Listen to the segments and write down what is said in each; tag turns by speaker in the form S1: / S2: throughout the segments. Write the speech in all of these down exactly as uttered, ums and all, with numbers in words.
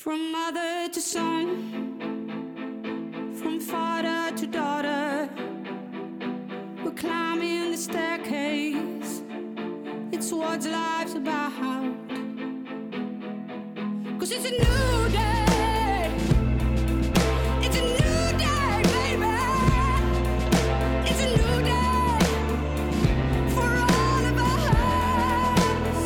S1: From mother to son, from father to daughter, we're climbing the staircase. It's what life's about. 'Cause it's a new day. It's a new day, baby. It's a new day for all of us.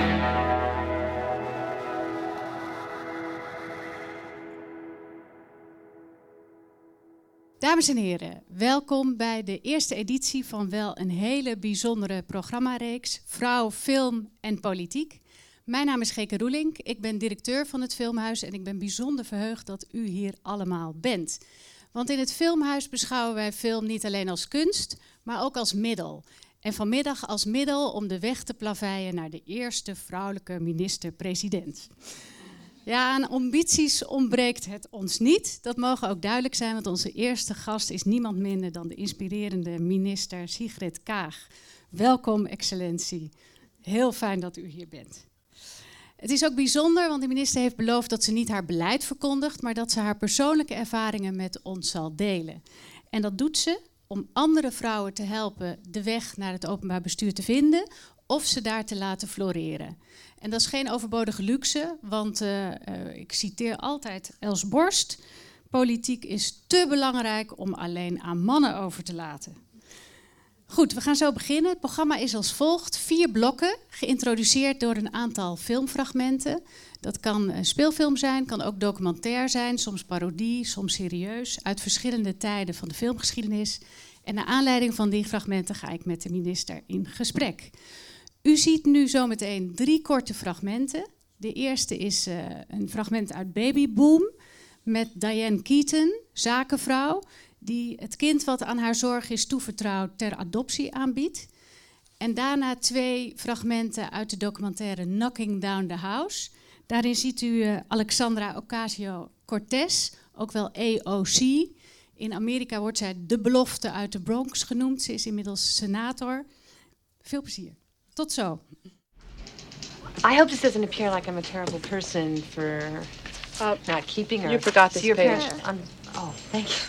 S2: Dames en heren, welkom bij de eerste editie van wel een hele bijzondere programmareeks Vrouw, Film en Politiek. Mijn naam is Geke Roelink, ik ben directeur van het Filmhuis en ik ben bijzonder verheugd dat u hier allemaal bent. Want in het Filmhuis beschouwen wij film niet alleen als kunst, maar ook als middel. En vanmiddag als middel om de weg te plaveien naar de eerste vrouwelijke minister-president. Ja, aan ambities ontbreekt het ons niet. Dat mogen ook duidelijk zijn, want onze eerste gast is niemand minder dan de inspirerende minister Sigrid Kaag. Welkom, excellentie. Heel fijn dat u hier bent. Het is ook bijzonder, want de minister heeft beloofd dat ze niet haar beleid verkondigt, maar dat ze haar persoonlijke ervaringen met ons zal delen. En dat doet ze om andere vrouwen te helpen de weg naar het openbaar bestuur te vinden of ze daar te laten floreren. En dat is geen overbodige luxe, want uh, uh, ik citeer altijd Els Borst: politiek is te belangrijk om alleen aan mannen over te laten. Goed, we gaan zo beginnen. Het programma is als volgt. Vier blokken, geïntroduceerd door een aantal filmfragmenten. Dat kan een speelfilm zijn, kan ook documentair zijn, soms parodie, soms serieus, uit verschillende tijden van de filmgeschiedenis. En naar aanleiding van die fragmenten ga ik met de minister in gesprek. U ziet nu zometeen drie korte fragmenten. De eerste is uh, een fragment uit Baby Boom met Diane Keaton, zakenvrouw, die het kind wat aan haar zorg is toevertrouwd ter adoptie aanbiedt. En daarna twee fragmenten uit de documentaire Knocking Down the House. Daarin ziet u uh, Alexandra Ocasio-Cortez, ook wel A O C. In Amerika wordt zij de belofte uit de Bronx genoemd. Ze is inmiddels senator. Veel plezier. Tot zo.
S3: I hope this doesn't appear like I'm a terrible person for uh, not keeping her.
S4: You forgot this
S3: your
S4: page.
S3: parents- I'm, oh, thank you.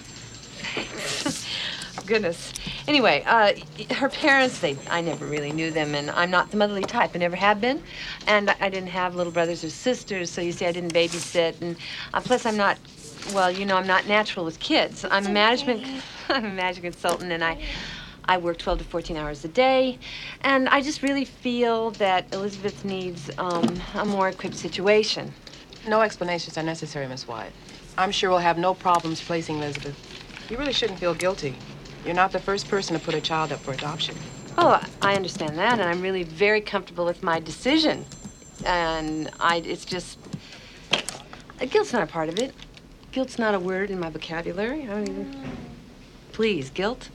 S3: Goodness. Anyway, uh, her parents, they, I never really knew them, and I'm not the motherly type. I never have been. And I didn't have little brothers or sisters, so you see I didn't babysit. And uh, plus I'm not, well, you know, I'm not natural with kids. I'm a management, I'm a management consultant, and I, I work twelve to fourteen hours a day. And I just really feel that Elizabeth needs um, a more equipped situation.
S4: No explanations are necessary, Miss White. I'm sure we'll have no problems placing Elizabeth. You really shouldn't feel guilty. You're not the first person to put a child up for adoption.
S3: Oh, I understand that, and I'm really very comfortable with my decision. And I, it's just, guilt's not a part of it. Guilt's not a word in my vocabulary. I don't even, please, guilt.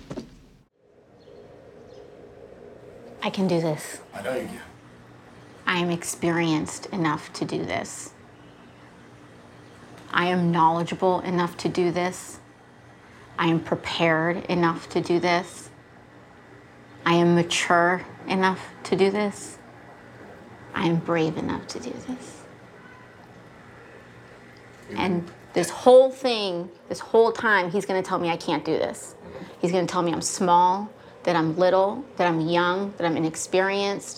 S5: I can do this.
S6: I know you can.
S5: I am experienced enough to do this. I am knowledgeable enough to do this. I am prepared enough to do this. I am mature enough to do this. I am brave enough to do this. And this whole thing, this whole time, he's going to tell me I can't do this. He's going to tell me I'm small, that I'm little, that I'm young, that I'm inexperienced.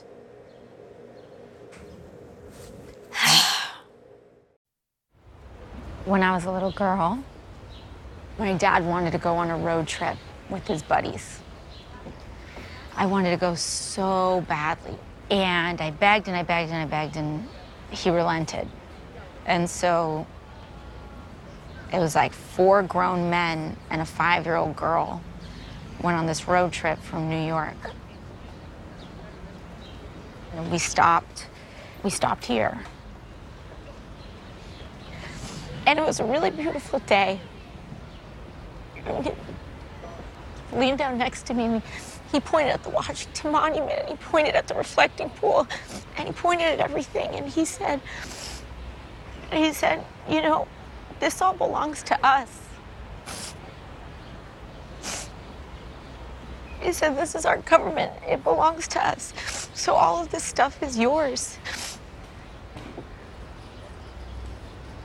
S5: When I was a little girl, my dad wanted to go on a road trip with his buddies. I wanted to go so badly. And I begged and I begged and I begged and he relented. And so it was like four grown men and a five-year-old girl went on this road trip from New York. And we stopped, we stopped here. And it was a really beautiful day. He leaned down next to me and he pointed at the Washington Monument and he pointed at the reflecting pool and he pointed at everything and he said, he said, you know, this all belongs to us. He said, this is our government, it belongs to us. So all of this stuff is yours.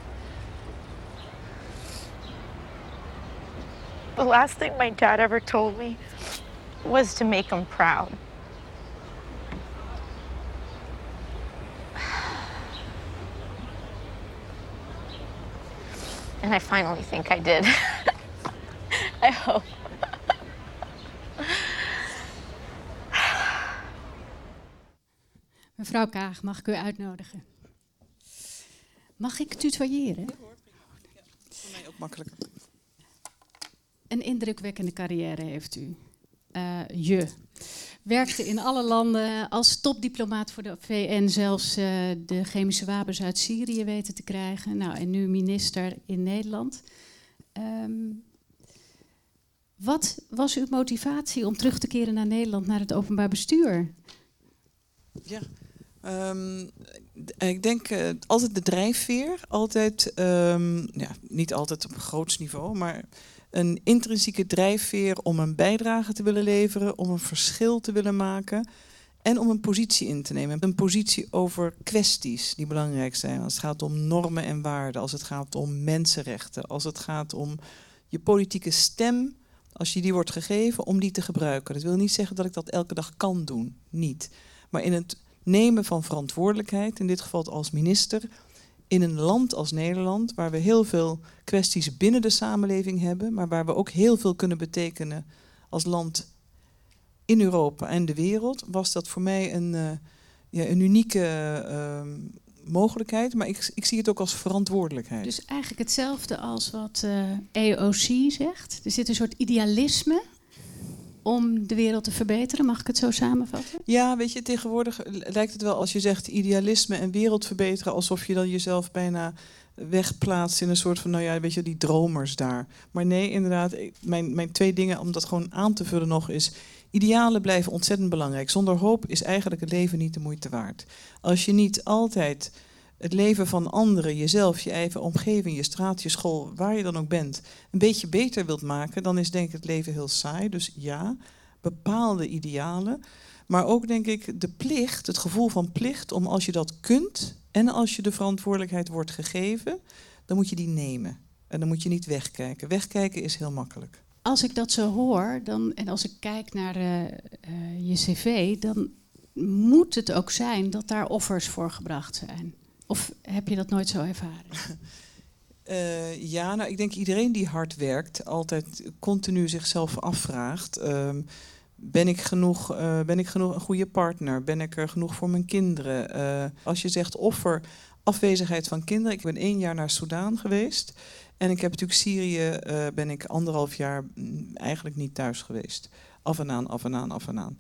S5: The last thing my dad ever told me was to make him proud. And I finally think I did. I hope.
S2: Mevrouw Kaag, mag ik u uitnodigen? Mag ik tutoyeren?
S6: Ja hoor, ja, voor mij ook makkelijker.
S2: Een indrukwekkende carrière heeft u. Uh, je werkte in alle landen als topdiplomaat voor de V N, zelfs uh, de chemische wapens uit Syrië weten te krijgen. Nou, en nu minister in Nederland. Um, wat was uw motivatie om terug te keren naar Nederland, naar het openbaar bestuur?
S6: Ja, um, ik denk uh, altijd de drijfveer, altijd, um, ja, niet altijd op een groots niveau, maar een intrinsieke drijfveer om een bijdrage te willen leveren, om een verschil te willen maken en om een positie in te nemen. Een positie over kwesties die belangrijk zijn. Als het gaat om normen en waarden, als het gaat om mensenrechten, als het gaat om je politieke stem, als je die wordt gegeven, om die te gebruiken. Dat wil niet zeggen dat ik dat elke dag kan doen, niet. Maar in het nemen van verantwoordelijkheid, in dit geval als minister, in een land als Nederland, waar we heel veel kwesties binnen de samenleving hebben, maar waar we ook heel veel kunnen betekenen als land in Europa en de wereld, was dat voor mij een, uh, ja, een unieke uh, mogelijkheid. Maar ik, ik zie het ook als verantwoordelijkheid.
S2: Dus eigenlijk hetzelfde als wat uh, A O C zegt. Er zit een soort idealisme om de wereld te verbeteren. Mag ik het zo samenvatten?
S6: Ja, weet je, tegenwoordig lijkt het wel als je zegt idealisme en wereld verbeteren, alsof je dan jezelf bijna wegplaatst in een soort van, nou ja, weet je, die dromers daar. Maar nee, inderdaad, mijn, mijn twee dingen om dat gewoon aan te vullen nog is, idealen blijven ontzettend belangrijk. Zonder hoop is eigenlijk het leven niet de moeite waard. Als je niet altijd het leven van anderen, jezelf, je eigen omgeving, je straat, je school, waar je dan ook bent, een beetje beter wilt maken, dan is denk ik het leven heel saai. Dus ja, bepaalde idealen. Maar ook denk ik de plicht, het gevoel van plicht om als je dat kunt en als je de verantwoordelijkheid wordt gegeven, dan moet je die nemen. En dan moet je niet wegkijken. Wegkijken is heel makkelijk.
S2: Als ik dat zo hoor, dan, en als ik kijk naar uh, uh, je cv, dan moet het ook zijn dat daar offers voor gebracht zijn. Of heb je dat nooit zo ervaren?
S6: Uh, ja, nou, ik denk iedereen die hard werkt altijd continu zichzelf afvraagt. Uh, ben ik genoeg, uh, ben ik genoeg een goede partner? Ben ik er genoeg voor mijn kinderen? Uh, als je zegt offer, afwezigheid van kinderen. Ik ben één jaar naar Soudaan geweest. En ik heb natuurlijk Syrië, uh, ben ik anderhalf jaar eigenlijk niet thuis geweest. Af en aan, af en aan, af en aan.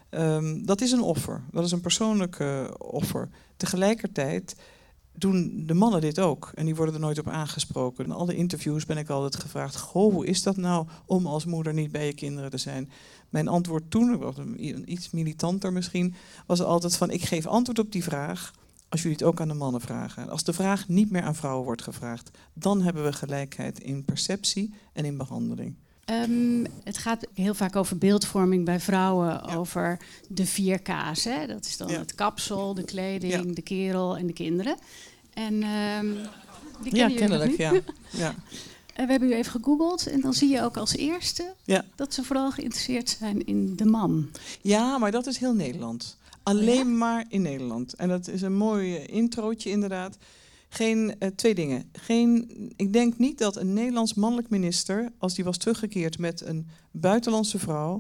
S6: Um, dat is een offer. Dat is een persoonlijk uh, offer. Tegelijkertijd doen de mannen dit ook. En die worden er nooit op aangesproken. In alle interviews ben ik altijd gevraagd, goh, hoe is dat nou om als moeder niet bij je kinderen te zijn? Mijn antwoord toen, was iets militanter misschien, was altijd van, ik geef antwoord op die vraag als jullie het ook aan de mannen vragen. Als de vraag niet meer aan vrouwen wordt gevraagd, dan hebben we gelijkheid in perceptie en in behandeling.
S2: Um, het gaat heel vaak over beeldvorming bij vrouwen, ja. Over de vier K's. Hè? Dat is dan ja. het kapsel, de kleding, ja. de kerel en de kinderen. En um, die kennen
S6: ja, kennelijk, ja. ja.
S2: We hebben u even gegoogeld en dan zie je ook als eerste ja. dat ze vooral geïnteresseerd zijn in de man.
S6: Ja, maar dat is heel Nederland. Alleen ja? maar in Nederland. En dat is een mooi introotje inderdaad. Geen, uh, twee dingen. Geen, ik denk niet dat een Nederlands mannelijk minister, als die was teruggekeerd met een buitenlandse vrouw,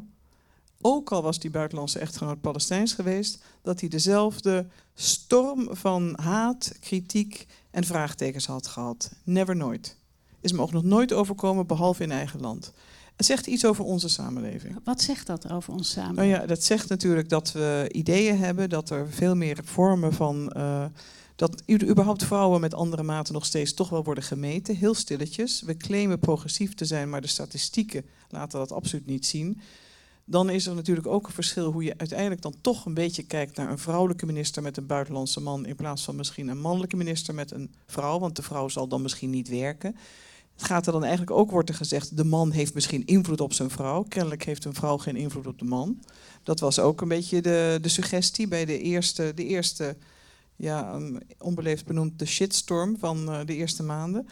S6: ook al was die buitenlandse echtgenoot Palestijns geweest, dat hij dezelfde storm van haat, kritiek en vraagtekens had gehad. Never, nooit. Is me ook nog nooit overkomen, behalve in eigen land. Het zegt iets over onze samenleving.
S2: Wat zegt dat over onze samenleving?
S6: Nou ja, dat zegt natuurlijk dat we ideeën hebben, dat er veel meer vormen van Uh, dat überhaupt vrouwen met andere maten nog steeds toch wel worden gemeten, heel stilletjes. We claimen progressief te zijn, maar de statistieken laten dat absoluut niet zien. Dan is er natuurlijk ook een verschil hoe je uiteindelijk dan toch een beetje kijkt naar een vrouwelijke minister met een buitenlandse man in plaats van misschien een mannelijke minister met een vrouw, want de vrouw zal dan misschien niet werken. Het gaat er dan eigenlijk ook, wordt er gezegd, de man heeft misschien invloed op zijn vrouw. Kennelijk heeft een vrouw geen invloed op de man. Dat was ook een beetje de, de suggestie bij de eerste, de eerste ja, um, onbeleefd benoemd de shitstorm van uh, de eerste maanden.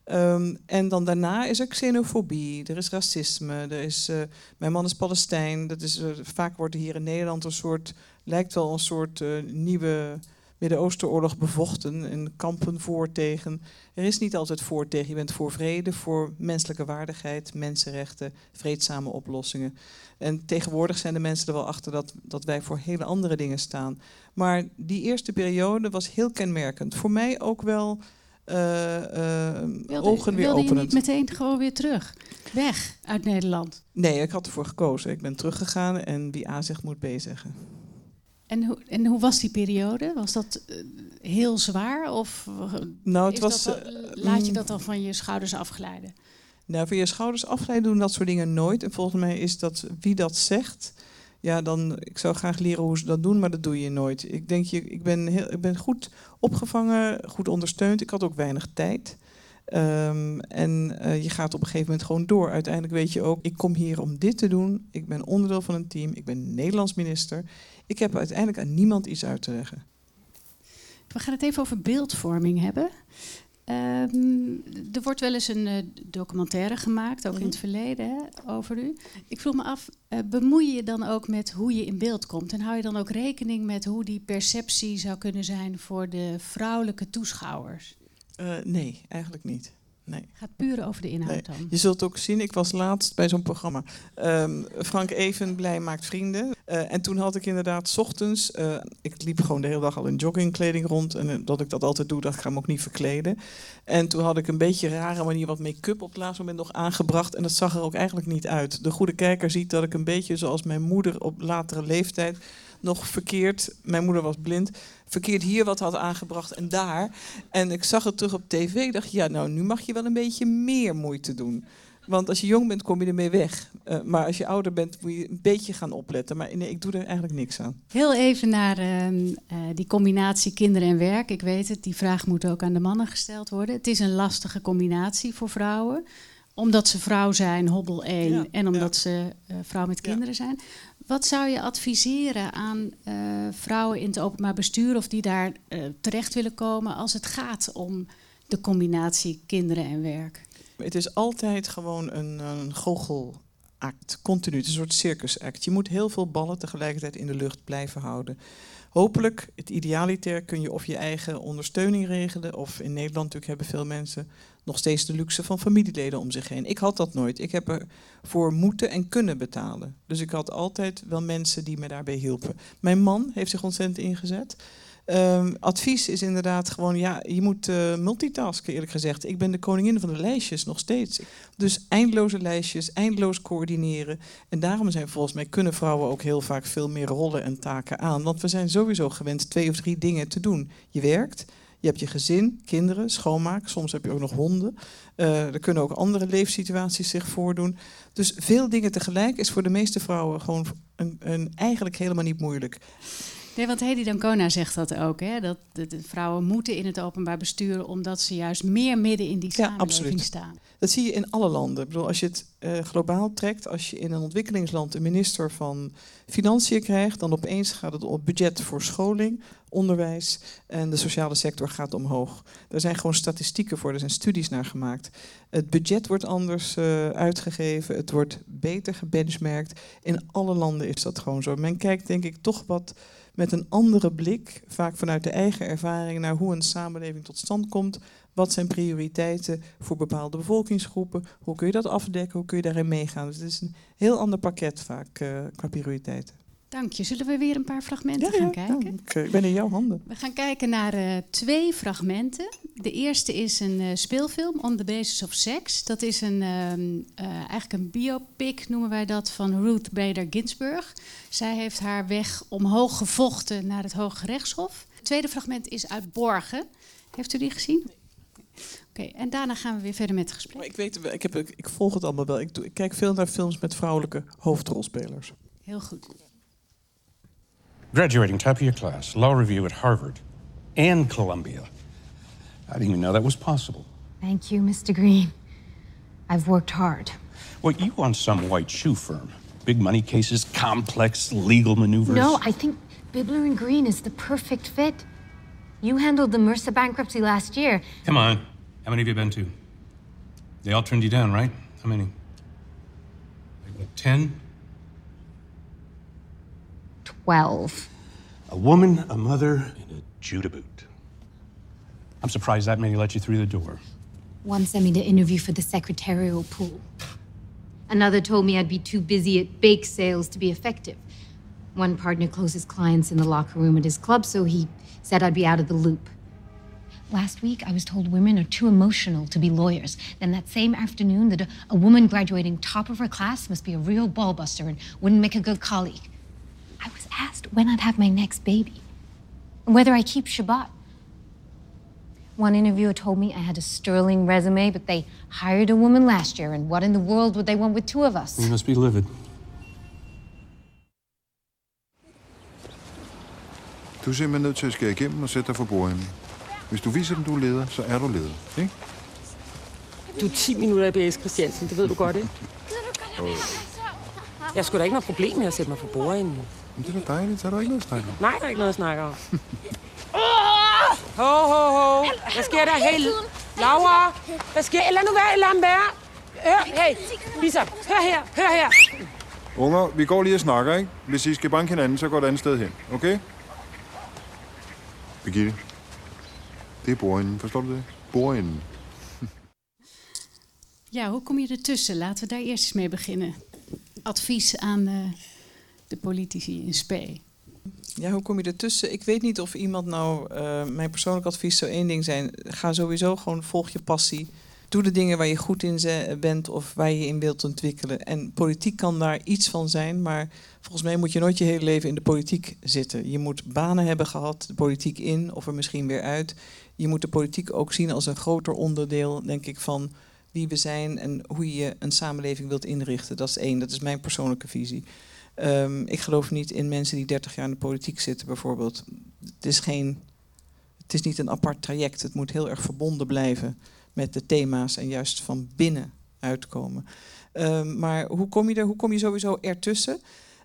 S6: Um, en dan daarna is er xenofobie, er is racisme, er is, uh, mijn man is Palestijn. Dat is, uh, vaak wordt er hier in Nederland een soort, lijkt wel een soort uh, nieuwe Midden-Oostenoorlog bevochten. En kampen voor tegen. Er is niet altijd voor tegen. Je bent voor vrede, voor menselijke waardigheid, mensenrechten, vreedzame oplossingen. En tegenwoordig zijn de mensen er wel achter dat, dat wij voor hele andere dingen staan. Maar die eerste periode was heel kenmerkend. Voor mij ook wel uh, uh,
S2: wilde,
S6: ogen weer
S2: wilde
S6: openend.
S2: je niet meteen gewoon weer terug? Weg uit Nederland?
S6: Nee, ik had ervoor gekozen. Ik ben teruggegaan en wie A zegt moet B zeggen.
S2: En hoe, en hoe was die periode? Was dat uh, heel zwaar? Of
S6: nou, het
S2: is
S6: was,
S2: dat dan, laat je dat dan van je schouders afglijden?
S6: Nou, van je schouders afglijden doen dat soort dingen nooit. En volgens mij is dat wie dat zegt. Ja, dan, ik zou graag leren hoe ze dat doen, maar dat doe je nooit. Ik denk, je, ik, ben heel, ik ben goed opgevangen, goed ondersteund. Ik had ook weinig tijd. Um, en uh, je gaat op een gegeven moment gewoon door. Uiteindelijk weet je ook, ik kom hier om dit te doen. Ik ben onderdeel van een team. Ik ben Nederlands minister. Ik heb uiteindelijk aan niemand iets uit te leggen.
S2: We gaan het even over beeldvorming hebben. Um, er wordt wel eens een uh, documentaire gemaakt, ook mm-hmm. in het verleden, hè, over u. Ik vroeg me af, uh, bemoei je je dan ook met hoe je in beeld komt? En hou je dan ook rekening met hoe die perceptie zou kunnen zijn voor de vrouwelijke toeschouwers?
S6: Uh, nee, eigenlijk niet. Nee.
S2: Het gaat puur over de inhoud
S6: nee.
S2: dan.
S6: Je zult ook zien, ik was laatst bij zo'n programma. Um, Frank Even, Blij maakt vrienden. Uh, en toen had ik inderdaad 's ochtends... Uh, ik liep gewoon de hele dag al in joggingkleding rond. En uh, dat ik dat altijd doe, dacht ik ga me ook niet verkleden. En toen had ik een beetje rare manier wat make-up op het laatste moment nog aangebracht. En dat zag er ook eigenlijk niet uit. De goede kijker ziet dat ik een beetje zoals mijn moeder op latere leeftijd... nog verkeerd, mijn moeder was blind, verkeerd hier wat had aangebracht en daar. En ik zag het terug op tv, ik dacht, ja, nou, nu mag je wel een beetje meer moeite doen. Want als je jong bent, kom je ermee weg. Uh, maar als je ouder bent, moet je een beetje gaan opletten. Maar nee, ik doe er eigenlijk niks aan.
S2: Heel even naar uh, uh, die combinatie kinderen en werk. Ik weet het, die vraag moet ook aan de mannen gesteld worden. Het is een lastige combinatie voor vrouwen. Omdat ze vrouw zijn, hobbel één, ja, en omdat ja. ze uh, vrouw met kinderen ja. zijn. Wat zou je adviseren aan uh, vrouwen in het openbaar bestuur... of die daar uh, terecht willen komen als het gaat om de combinatie kinderen en werk?
S6: Het is altijd gewoon een, een goochelact, continu. Het is een soort circusact. Je moet heel veel ballen tegelijkertijd in de lucht blijven houden. Hopelijk, het idealiter, kun je of je eigen ondersteuning regelen... of in Nederland natuurlijk hebben veel mensen nog steeds de luxe van familieleden om zich heen. Ik had dat nooit. Ik heb ervoor moeten en kunnen betalen. Dus ik had altijd wel mensen die me daarbij hielpen. Mijn man heeft zich ontzettend ingezet. Um, advies is inderdaad gewoon, ja, je moet uh, multitasken, eerlijk gezegd. Ik ben de koningin van de lijstjes, nog steeds. Dus eindeloze lijstjes, eindeloos coördineren. En daarom zijn volgens mij, kunnen vrouwen ook heel vaak veel meer rollen en taken aan. Want we zijn sowieso gewend twee of drie dingen te doen. Je werkt, je hebt je gezin, kinderen, schoonmaak. Soms heb je ook nog honden. Uh, er kunnen ook andere leefsituaties zich voordoen. Dus veel dingen tegelijk is voor de meeste vrouwen gewoon een, een eigenlijk helemaal niet moeilijk.
S2: Nee, want Hedy Dancona zegt dat ook, hè? Dat de, de vrouwen moeten in het openbaar bestuur... omdat ze juist meer midden in die samenleving
S6: ja,
S2: staan.
S6: Dat zie je in alle landen. Ik bedoel, als je het uh, globaal trekt, als je in een ontwikkelingsland... een minister van Financiën krijgt... dan opeens gaat het om het budget voor scholing, onderwijs... en de sociale sector gaat omhoog. Er zijn gewoon statistieken voor, er zijn studies naar gemaakt. Het budget wordt anders uh, uitgegeven, het wordt beter gebenchmarkt. In alle landen is dat gewoon zo. Men kijkt denk ik toch wat... met een andere blik, vaak vanuit de eigen ervaring... naar hoe een samenleving tot stand komt. Wat zijn prioriteiten voor bepaalde bevolkingsgroepen? Hoe kun je dat afdekken? Hoe kun je daarin meegaan? Dus het is een heel ander pakket vaak uh, qua prioriteiten.
S2: Dank je. Zullen we weer een paar fragmenten
S6: ja,
S2: gaan
S6: ja,
S2: kijken?
S6: Ja, ik, ik ben in jouw handen.
S2: We gaan kijken naar uh, twee fragmenten. De eerste is een uh, speelfilm, On the Basis of Sex. Dat is een, uh, uh, eigenlijk een biopic, noemen wij dat, van Ruth Bader Ginsburg. Zij heeft haar weg omhoog gevochten naar het Hoge Rechtshof. Het tweede fragment is uit Borgen. Heeft u die gezien? Nee. Oké, okay, en daarna gaan we weer verder met het gesprek.
S6: Maar ik, weet, ik, heb, ik volg het allemaal wel. Ik, doe, ik kijk veel naar films met vrouwelijke hoofdrolspelers.
S2: Heel goed.
S7: Graduating top of your class, law review at Harvard and Columbia. I didn't even know that was possible.
S5: Thank you, Mister Green. I've worked hard.
S7: Well, you want some white shoe firm. Big money cases, complex legal maneuvers.
S5: No, I think Bibler and Green is the perfect fit. You handled the MRSA bankruptcy last year.
S7: Come on. How many have you been to? They all turned you down, right? How many? Like what, ten?
S8: Twelve.
S7: A woman, a mother, and a Jew to boot. I'm surprised that many let you through the door.
S8: One sent me to interview for the secretarial pool. Another told me I'd be too busy at bake sales to be effective. One partner closes clients in the locker room at his club, so he said I'd be out of the loop. Last week, I was told women are too emotional to be lawyers. Then that same afternoon, that a, a woman graduating top of her class must be a real ballbuster and wouldn't make a good colleague. I was asked when I'd have my next baby, and whether I keep Shabbat. One interviewer told me I had a sterling resume, but they hired a woman last year, and what in the world would they want with two of us?
S7: You must be livid.
S9: Du er simpelthen nødt til at skære igennem og sætte dig for bordenden. Hvis du viser dem, du er leder, så er du leder, ikke?
S10: Du er ti minutter i B S Christiansen, det ved du godt, ikke? Jeg skulle da ikke noget problem med at sætte mig for bordenden.
S9: Men det er da dejligt, så er der ikke noget at snakke om.
S10: Nej, der er ikke noget at snakke om. Ho, ho, ho. Hvad sker der? Hey, Laura. Hvad sker? Lad nu være, lad ham være. Hør, hey, Bishop. Hør her, hør her.
S9: Unger, vi går lige og snakker, ikke? Hvis I skal banke hinanden, så går det andet sted hen, okay? Birgitte, det er bordenden, forstår du det? Bordenden.
S2: Ja, hoe kom je ertussen? Laten we daar eerst eens mee beginnen. Advies aan uh, de politici in spe.
S6: Ja, hoe kom je ertussen? Ik weet niet of iemand nou... Uh, mijn persoonlijk advies zou één ding zijn. Ga sowieso gewoon, volg je passie. Doe de dingen waar je goed in bent of waar je in wilt ontwikkelen. En politiek kan daar iets van zijn, maar volgens mij moet je nooit je hele leven in de politiek zitten. Je moet banen hebben gehad, de politiek in of er misschien weer uit. Je moet de politiek ook zien als een groter onderdeel, denk ik, van wie we zijn en hoe je een samenleving wilt inrichten. Dat is één, dat is mijn persoonlijke visie. Um, ik geloof niet in mensen die dertig jaar in de politiek zitten, bijvoorbeeld. Het is geen, het is niet een apart traject. Het moet heel erg verbonden blijven met de thema's en juist van binnen uitkomen. Um, maar hoe kom je er? Hoe kom je sowieso ertussen?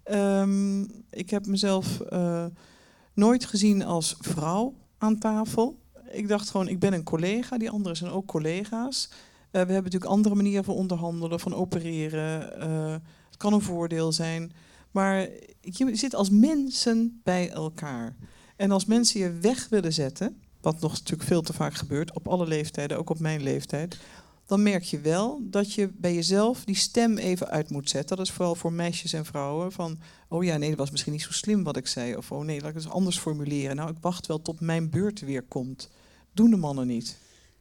S6: Um, ik heb mezelf uh, nooit gezien als vrouw aan tafel. Ik dacht gewoon, ik ben een collega. Die anderen zijn ook collega's. Uh, we hebben natuurlijk andere manieren van onderhandelen, van opereren. Uh, het kan een voordeel zijn. Maar je zit als mensen bij elkaar. En als mensen je weg willen zetten, wat nog natuurlijk veel te vaak gebeurt, op alle leeftijden, ook op mijn leeftijd, dan merk je wel dat je bij jezelf die stem even uit moet zetten. Dat is vooral voor meisjes en vrouwen van, oh ja, nee, dat was misschien niet zo slim wat ik zei. Of oh nee, laat ik het eens anders formuleren. Nou, ik wacht wel tot mijn beurt weer komt. Doen de mannen niet.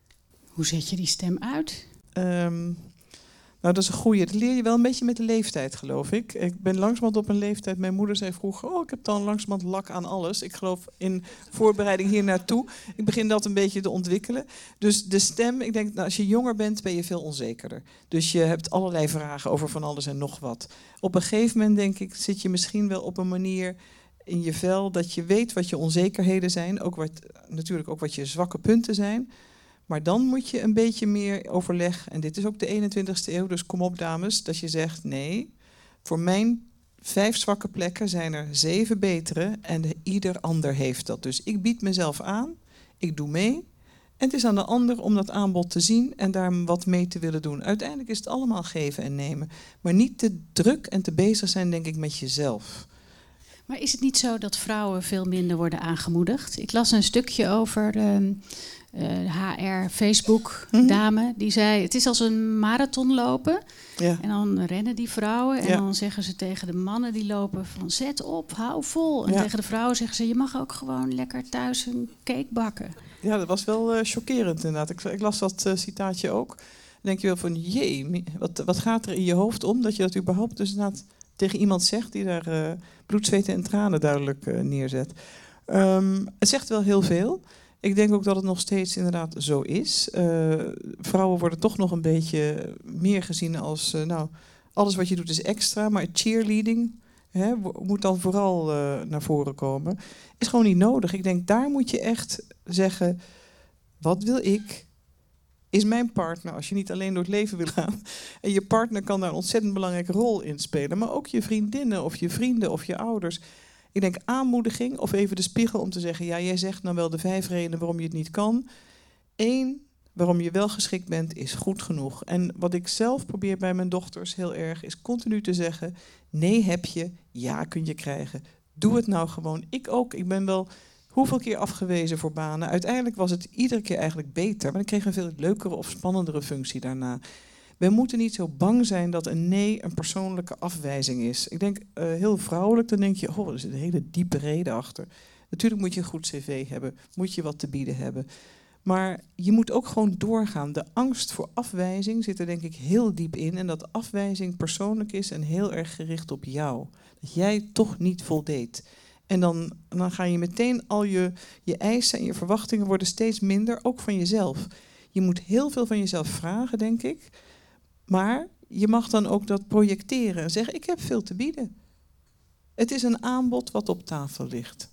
S2: Hoe zet je die stem uit?
S6: Um, nou, dat is een goeie. Dat leer je wel een beetje met de leeftijd, geloof ik. Ik ben langzamerhand op een leeftijd. Mijn moeder zei vroeger, oh, ik heb dan langzamerhand lak aan alles. Ik geloof in voorbereiding hier naartoe. Ik begin dat een beetje te ontwikkelen. Dus de stem, ik denk, nou, als je jonger bent, ben je veel onzekerder. Dus je hebt allerlei vragen over van alles en nog wat. Op een gegeven moment, denk ik, zit je misschien wel op een manier in je vel dat je weet wat je onzekerheden zijn. Ook wat, natuurlijk ook wat je zwakke punten zijn. Maar dan moet je een beetje meer overleg. En dit is ook de eenentwintigste eeuw, dus kom op dames. Dat je zegt, nee, voor mijn vijf zwakke plekken zijn er zeven betere. En de, ieder ander heeft dat. Dus ik bied mezelf aan, ik doe mee. En het is aan de ander om dat aanbod te zien en daar wat mee te willen doen. Uiteindelijk is het allemaal geven en nemen. Maar niet te druk en te bezig zijn, denk ik, met jezelf.
S2: Maar is het niet zo dat vrouwen veel minder worden aangemoedigd? Ik las een stukje over de uh, H R Facebook-dame. Mm-hmm. Die zei, het is als een marathon lopen. Ja. En dan rennen die vrouwen. En ja. dan zeggen ze tegen de mannen die lopen van zet op, hou vol. En ja. tegen de vrouwen zeggen ze, je mag ook gewoon lekker thuis een cake bakken.
S6: Ja, dat was wel uh, chockerend inderdaad. Ik, ik las dat uh, citaatje ook. Dan denk je wel van, jee, wat, wat gaat er in je hoofd om? Dat je dat überhaupt dus inderdaad tegen iemand zegt die daar uh, bloed, zweet en tranen duidelijk uh, neerzet. Um, het zegt wel heel veel. Ik denk ook dat het nog steeds inderdaad zo is. Uh, vrouwen worden toch nog een beetje meer gezien als, uh, nou, alles wat je doet is extra, maar cheerleading hè, moet dan vooral uh, naar voren komen. Is gewoon niet nodig. Ik denk, daar moet je echt zeggen, wat wil ik? Is mijn partner, als je niet alleen door het leven wil gaan, en je partner kan daar een ontzettend belangrijke rol in spelen, maar ook je vriendinnen of je vrienden of je ouders. Ik denk aanmoediging of even de spiegel om te zeggen, ja, jij zegt nou wel de vijf redenen waarom je het niet kan. Eén, waarom je wel geschikt bent, is goed genoeg. En wat ik zelf probeer bij mijn dochters heel erg, is continu te zeggen, nee heb je, ja kun je krijgen. Doe het nou gewoon. Ik ook. Ik ben wel hoeveel keer afgewezen voor banen. Uiteindelijk was het iedere keer eigenlijk beter, maar ik kreeg een veel leukere of spannendere functie daarna. We moeten niet zo bang zijn dat een nee een persoonlijke afwijzing is. Ik denk uh, heel vrouwelijk, dan denk je, oh, er zit een hele diepe reden achter. Natuurlijk moet je een goed cv hebben, moet je wat te bieden hebben. Maar je moet ook gewoon doorgaan. De angst voor afwijzing zit er denk ik heel diep in. En dat afwijzing persoonlijk is en heel erg gericht op jou. Dat jij toch niet voldeed. En dan, dan ga je meteen al je, je eisen en je verwachtingen worden steeds minder, ook van jezelf. Je moet heel veel van jezelf vragen, denk ik. Maar je mag dan ook dat projecteren en zeggen, ik heb veel te bieden. Het is een aanbod wat op tafel ligt.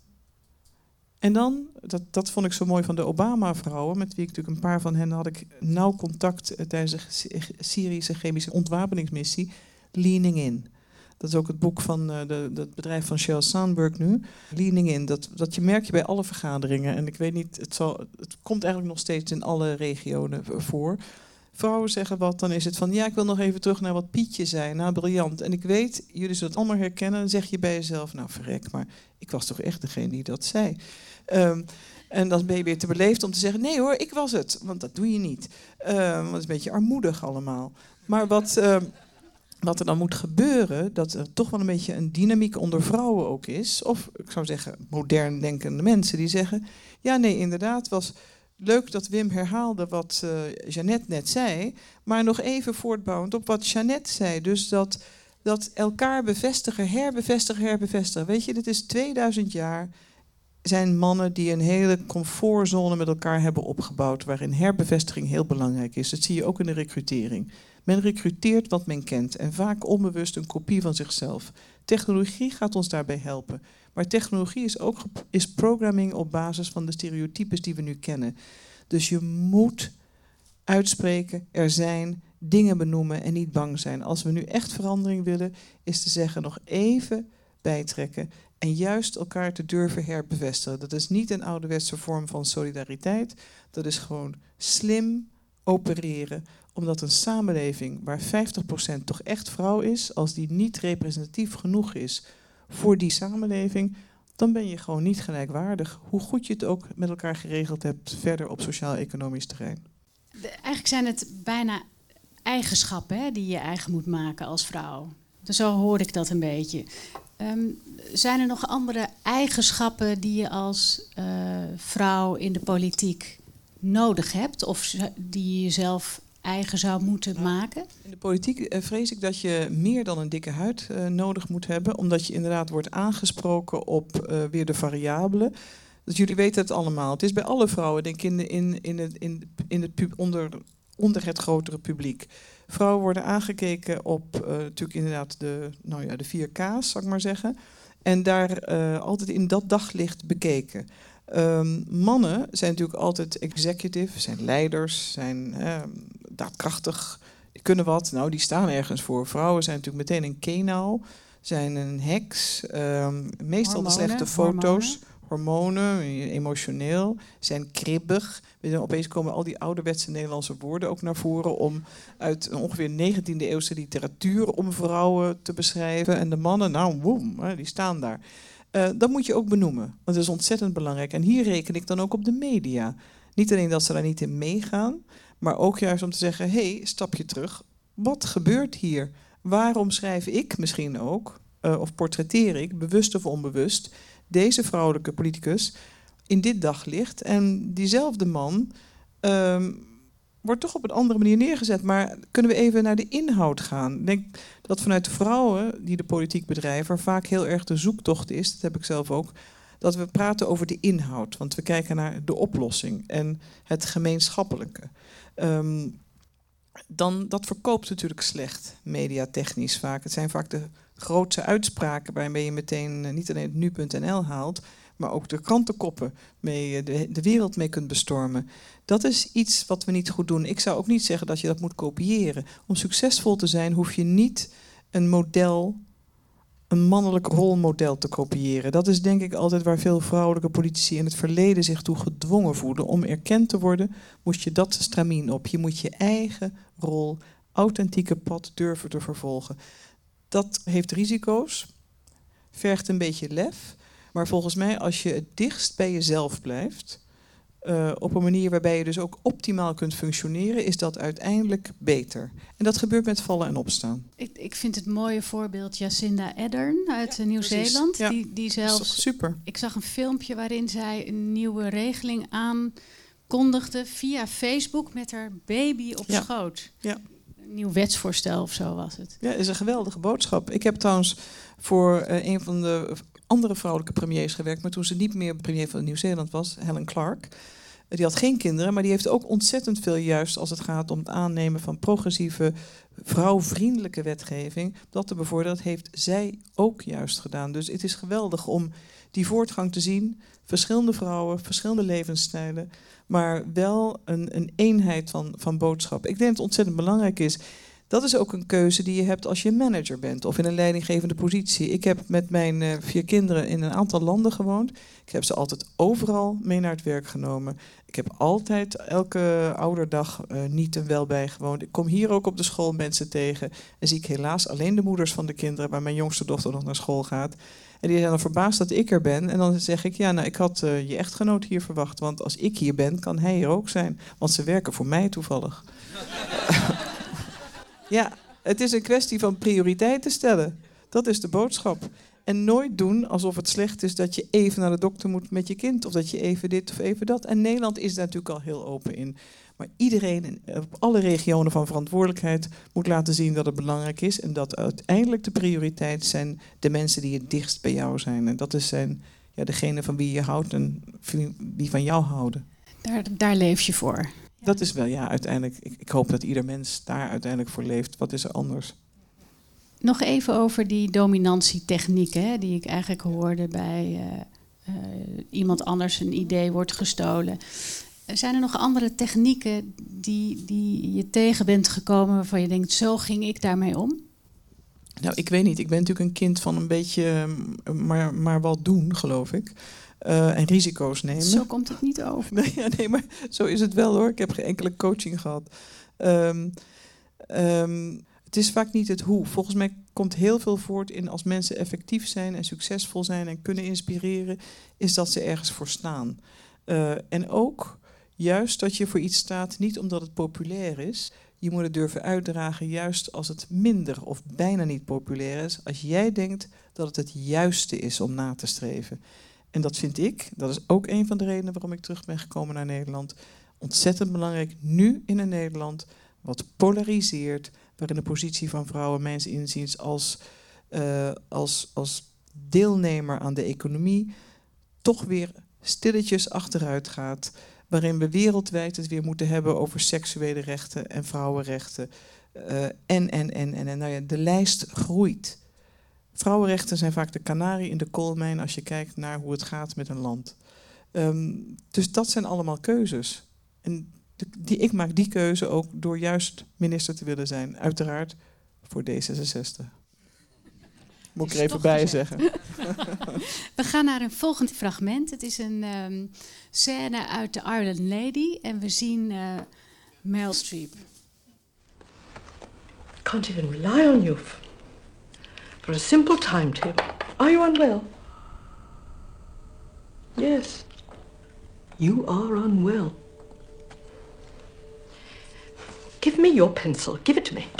S6: En dan, dat, dat vond ik zo mooi van de Obama-vrouwen, met wie ik natuurlijk een paar van hen had ik nauw contact uh, tijdens de Syrische chemische ontwapeningsmissie, Leaning In. Dat is ook het boek van uh, de, het bedrijf van Sheryl Sandberg nu. Leaning In, dat, dat je merk je bij alle vergaderingen. En ik weet niet, het, zal, het komt eigenlijk nog steeds in alle regionen voor. Vrouwen zeggen wat, dan is het van, ja, ik wil nog even terug naar wat Pietje zei. Nou, briljant. En ik weet, jullie zullen het allemaal herkennen. Dan zeg je bij jezelf, nou, verrek, maar ik was toch echt degene die dat zei. Um, en dan ben je weer te beleefd om te zeggen, nee hoor, ik was het. Want dat doe je niet. Um, want het is een beetje armoedig allemaal. Maar wat, um, wat er dan moet gebeuren, dat er toch wel een beetje een dynamiek onder vrouwen ook is. Of, ik zou zeggen, modern denkende mensen die zeggen, ja, nee, inderdaad, was leuk dat Wim herhaalde wat uh, Jeannette net zei, maar nog even voortbouwend op wat Jeannette zei. Dus dat, dat elkaar bevestigen, herbevestigen, herbevestigen. Weet je, dit is tweeduizend jaar, zijn mannen die een hele comfortzone met elkaar hebben opgebouwd, waarin herbevestiging heel belangrijk is. Dat zie je ook in de recrutering. Men recruteert wat men kent en vaak onbewust een kopie van zichzelf. Technologie gaat ons daarbij helpen. Maar technologie is ook is programming op basis van de stereotypes die we nu kennen. Dus je moet uitspreken, er zijn, dingen benoemen en niet bang zijn. Als we nu echt verandering willen, is te zeggen nog even bijtrekken en juist elkaar te durven herbevestigen. Dat is niet een ouderwetse vorm van solidariteit. Dat is gewoon slim opereren. Omdat een samenleving waar vijftig procent toch echt vrouw is, als die niet representatief genoeg is voor die samenleving, dan ben je gewoon niet gelijkwaardig. Hoe goed je het ook met elkaar geregeld hebt verder op sociaal-economisch terrein.
S2: De, eigenlijk zijn het bijna eigenschappen, hè, die je eigen moet maken als vrouw. Dus zo hoor ik dat een beetje. Um, zijn er nog andere eigenschappen die je als uh, vrouw in de politiek nodig hebt? Of die je jezelf eigen zou moeten maken?
S6: In de politiek uh, vrees ik dat je meer dan een dikke huid uh, nodig moet hebben. Omdat je inderdaad wordt aangesproken op uh, weer de variabelen. Dus jullie weten het allemaal. Het is bij alle vrouwen, denk ik, in, de, in, in het, in, in het pub, onder, onder het grotere publiek. Vrouwen worden aangekeken op uh, natuurlijk inderdaad de, nou ja, de vier K's, zal ik maar zeggen. En daar uh, altijd in dat daglicht bekeken. Um, mannen zijn natuurlijk altijd executive, zijn leiders, zijn uh, daadkrachtig, die kunnen wat. Nou, die staan ergens voor. Vrouwen zijn natuurlijk meteen een kenau, zijn een heks, um, meestal hormonen, de slechte foto's. Hormonen. Hormonen, emotioneel, zijn kribbig. Opeens komen al die ouderwetse Nederlandse woorden ook naar voren om uit ongeveer negentiende eeuwse literatuur om vrouwen te beschrijven. En de mannen, nou, woem, die staan daar. Uh, dat moet je ook benoemen, want dat is ontzettend belangrijk. En hier reken ik dan ook op de media. Niet alleen dat ze daar niet in meegaan, maar ook juist om te zeggen, hé, hey, stapje terug. Wat gebeurt hier? Waarom schrijf ik misschien ook, uh, of portretteer ik, bewust of onbewust, deze vrouwelijke politicus in dit daglicht? En diezelfde man um, wordt toch op een andere manier neergezet. Maar kunnen we even naar de inhoud gaan? Ik denk dat vanuit de vrouwen die de politiek bedrijven vaak heel erg de zoektocht is, dat heb ik zelf ook, dat we praten over de inhoud. Want we kijken naar de oplossing en het gemeenschappelijke. Um, dan, dat verkoopt natuurlijk slecht, mediatechnisch vaak. Het zijn vaak de grootste uitspraken waarmee je meteen niet alleen het nu punt n l haalt, maar ook de krantenkoppen mee de, de wereld mee kunt bestormen. Dat is iets wat we niet goed doen. Ik zou ook niet zeggen dat je dat moet kopiëren. Om succesvol te zijn hoef je niet een model, een mannelijk rolmodel te kopiëren. Dat is denk ik altijd waar veel vrouwelijke politici in het verleden zich toe gedwongen voelen. Om erkend te worden, moest je dat stramien op. Je moet je eigen rol, authentieke pad durven te vervolgen. Dat heeft risico's, vergt een beetje lef. Maar volgens mij, als je het dichtst bij jezelf blijft, Uh, op een manier waarbij je dus ook optimaal kunt functioneren, is dat uiteindelijk beter. En dat gebeurt met vallen en opstaan.
S2: Ik, ik vind het mooie voorbeeld Jacinda Ardern uit ja, Nieuw-Zeeland.
S6: Ja,
S2: die, die zelfs,
S6: super.
S2: Ik zag een filmpje waarin zij een nieuwe regeling aankondigde via Facebook met haar baby op
S6: ja.
S2: schoot.
S6: Ja.
S2: Een nieuw wetsvoorstel of zo was het.
S6: Ja, is een geweldige boodschap. Ik heb trouwens voor uh, een van de andere vrouwelijke premiers gewerkt, maar toen ze niet meer premier van Nieuw-Zeeland was, Helen Clark. Die had geen kinderen, maar die heeft ook ontzettend veel juist als het gaat om het aannemen van progressieve, vrouwvriendelijke wetgeving. Dat te bevorderen, dat heeft zij ook juist gedaan. Dus het is geweldig om die voortgang te zien. Verschillende vrouwen, verschillende levensstijlen, maar wel een, een eenheid van, van boodschap. Ik denk dat het ontzettend belangrijk is. Dat is ook een keuze die je hebt als je manager bent of in een leidinggevende positie. Ik heb met mijn uh, vier kinderen in een aantal landen gewoond. Ik heb ze altijd overal mee naar het werk genomen. Ik heb altijd elke ouderdag uh, niet en wel bijgewoond. Ik kom hier ook op de school mensen tegen en zie ik helaas alleen de moeders van de kinderen waar mijn jongste dochter nog naar school gaat. En die zijn dan verbaasd dat ik er ben. En dan zeg ik, ja, nou, ik had uh, je echtgenoot hier verwacht. Want als ik hier ben, kan hij er ook zijn. Want ze werken voor mij toevallig. Ja, het is een kwestie van prioriteiten stellen. Dat is de boodschap. En nooit doen alsof het slecht is dat je even naar de dokter moet met je kind. Of dat je even dit of even dat. En Nederland is daar natuurlijk al heel open in. Maar iedereen op alle regionen van verantwoordelijkheid moet laten zien dat het belangrijk is. En dat uiteindelijk de prioriteit zijn de mensen die het dichtst bij jou zijn. En dat is zijn, ja, degene van wie je houdt en die van jou houden.
S2: Daar, daar leef je voor.
S6: Dat is wel, ja, uiteindelijk. Ik, ik hoop dat ieder mens daar uiteindelijk voor leeft. Wat is er anders?
S2: Nog even over die dominantietechnieken, hè, die ik eigenlijk hoorde bij uh, uh, iemand anders een idee wordt gestolen. Zijn er nog andere technieken die, die je tegen bent gekomen waarvan je denkt, zo ging ik daarmee om?
S6: Nou, ik weet niet. Ik ben natuurlijk een kind van een beetje, maar, maar wat doen, geloof ik. Uh, en risico's nemen.
S2: Zo komt het niet over.
S6: Nee, ja, nee, maar zo is het wel hoor. Ik heb geen enkele coaching gehad. Um, um, het is vaak niet het hoe. Volgens mij komt heel veel voort in als mensen effectief zijn en succesvol zijn en kunnen inspireren, is dat ze ergens voor staan. Uh, en ook juist dat je voor iets staat, niet omdat het populair is. Je moet het durven uitdragen juist als het minder of bijna niet populair is. Als jij denkt dat het het juiste is om na te streven. En dat vind ik, dat is ook een van de redenen waarom ik terug ben gekomen naar Nederland. Ontzettend belangrijk nu in een Nederland wat polariseert, waarin de positie van vrouwen mijns inziens als, uh, als, als deelnemer aan de economie toch weer stilletjes achteruit gaat. Waarin we wereldwijd het weer moeten hebben over seksuele rechten en vrouwenrechten. Uh, en, en, en, en, en nou ja, de lijst groeit. Vrouwenrechten zijn vaak de kanarie in de koolmijn als je kijkt naar hoe het gaat met een land. Um, dus dat zijn allemaal keuzes. En de, die, ik maak die keuze ook door juist minister te willen zijn. Uiteraard voor D zesenzestig. Moet ik er even bij zeggen.
S2: We gaan naar een volgend fragment. Het is een um, scène uit The Iron Lady. En we zien uh, Meryl Streep.
S11: Can't even rely on you for a simple timetable. Are you unwell? Yes. You are unwell. Give me your pencil. Give it to me.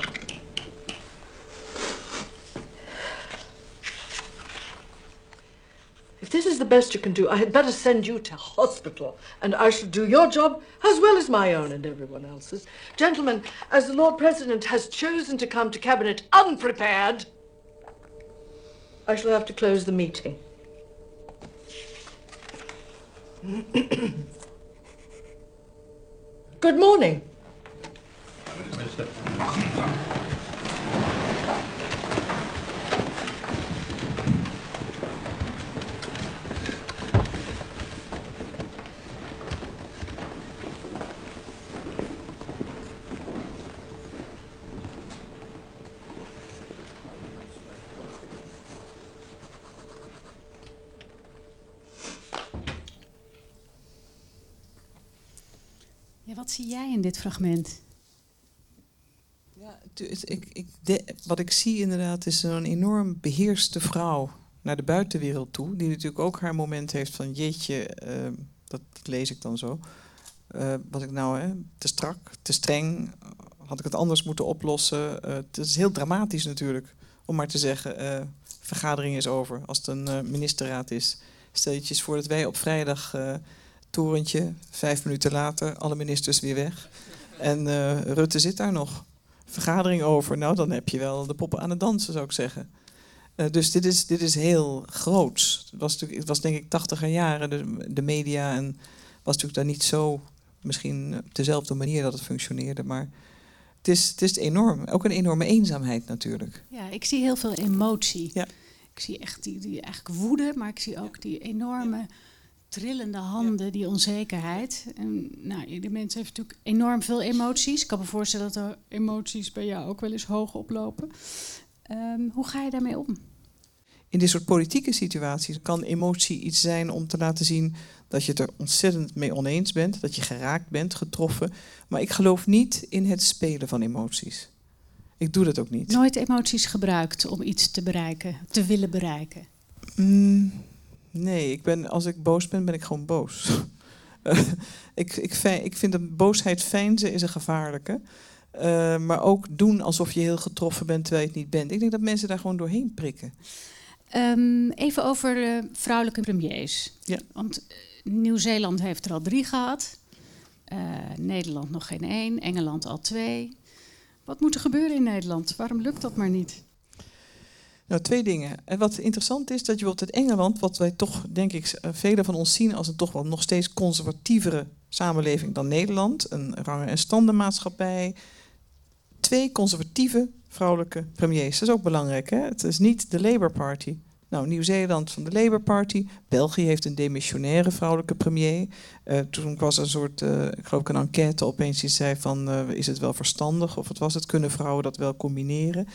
S11: If this is the best you can do, I had better send you to hospital, and I shall do your job as well as my own and everyone else's. Gentlemen, as the Lord President has chosen to come to Cabinet unprepared, I shall have to close the meeting. Good morning.
S2: Ja, wat zie jij in dit fragment?
S6: Ja, ik, ik, de, wat ik zie inderdaad is een enorm beheerste vrouw naar de buitenwereld toe. Die natuurlijk ook haar moment heeft van jeetje, uh, dat, dat lees ik dan zo. Uh, wat ik nou, hè, te strak, te streng, had ik het anders moeten oplossen. Uh, het is heel dramatisch natuurlijk, om maar te zeggen, uh, vergadering is over. Als het een uh, ministerraad is. Stel je eens voor dat wij op vrijdag uh, torentje, vijf minuten later, alle ministers weer weg. En uh, Rutte zit daar nog. Vergadering over, nou dan heb je wel de poppen aan het dansen, zou ik zeggen. Uh, dus dit is, dit is heel groots. Het was, natuurlijk, het was denk ik tachtiger jaren, de, de media, en was natuurlijk daar niet zo, misschien op dezelfde manier dat het functioneerde, maar het is, het is enorm. Ook een enorme eenzaamheid natuurlijk.
S2: Ja, ik zie heel veel emotie.
S6: Ja.
S2: Ik zie echt die, die eigenlijk woede, maar ik zie ook die enorme trillende handen, die onzekerheid. En nou, ieder mens heeft natuurlijk enorm veel emoties. Ik kan me voorstellen dat er emoties bij jou ook wel eens hoog oplopen. Um, hoe ga je daarmee om?
S6: In dit soort politieke situaties kan emotie iets zijn om te laten zien dat je het er ontzettend mee oneens bent, dat je geraakt bent, getroffen. Maar ik geloof niet in het spelen van emoties. Ik doe dat ook niet.
S2: Nooit emoties gebruikt om iets te bereiken, te willen bereiken?
S6: Mm, nee, ik ben, als ik boos ben, ben ik gewoon boos. uh, ik, ik, ik vind dat boosheid veinzen is een gevaarlijke. Uh, maar ook doen alsof je heel getroffen bent terwijl je het niet bent. Ik denk dat mensen daar gewoon doorheen prikken.
S2: Um, even over uh, vrouwelijke premiers.
S6: Ja.
S2: Want uh, Nieuw-Zeeland heeft er al drie gehad. Uh, Nederland nog geen één. Engeland al twee. Wat moet er gebeuren in Nederland? Waarom lukt dat maar niet?
S6: Nou, twee dingen. En wat interessant is, dat je bijvoorbeeld in Engeland, wat wij toch, denk ik, velen van ons zien als een toch wel nog steeds conservatievere samenleving dan Nederland. Een rangen- en standenmaatschappij. Twee conservatieve vrouwelijke premiers. Dat is ook belangrijk, hè? Het is niet de Labour Party. Nou, Nieuw-Zeeland van de Labour Party. België heeft een demissionaire vrouwelijke premier. Uh, toen was er een soort, uh, ik geloof een enquête opeens die zei van, uh, is het wel verstandig? Of wat was het? Kunnen vrouwen dat wel combineren?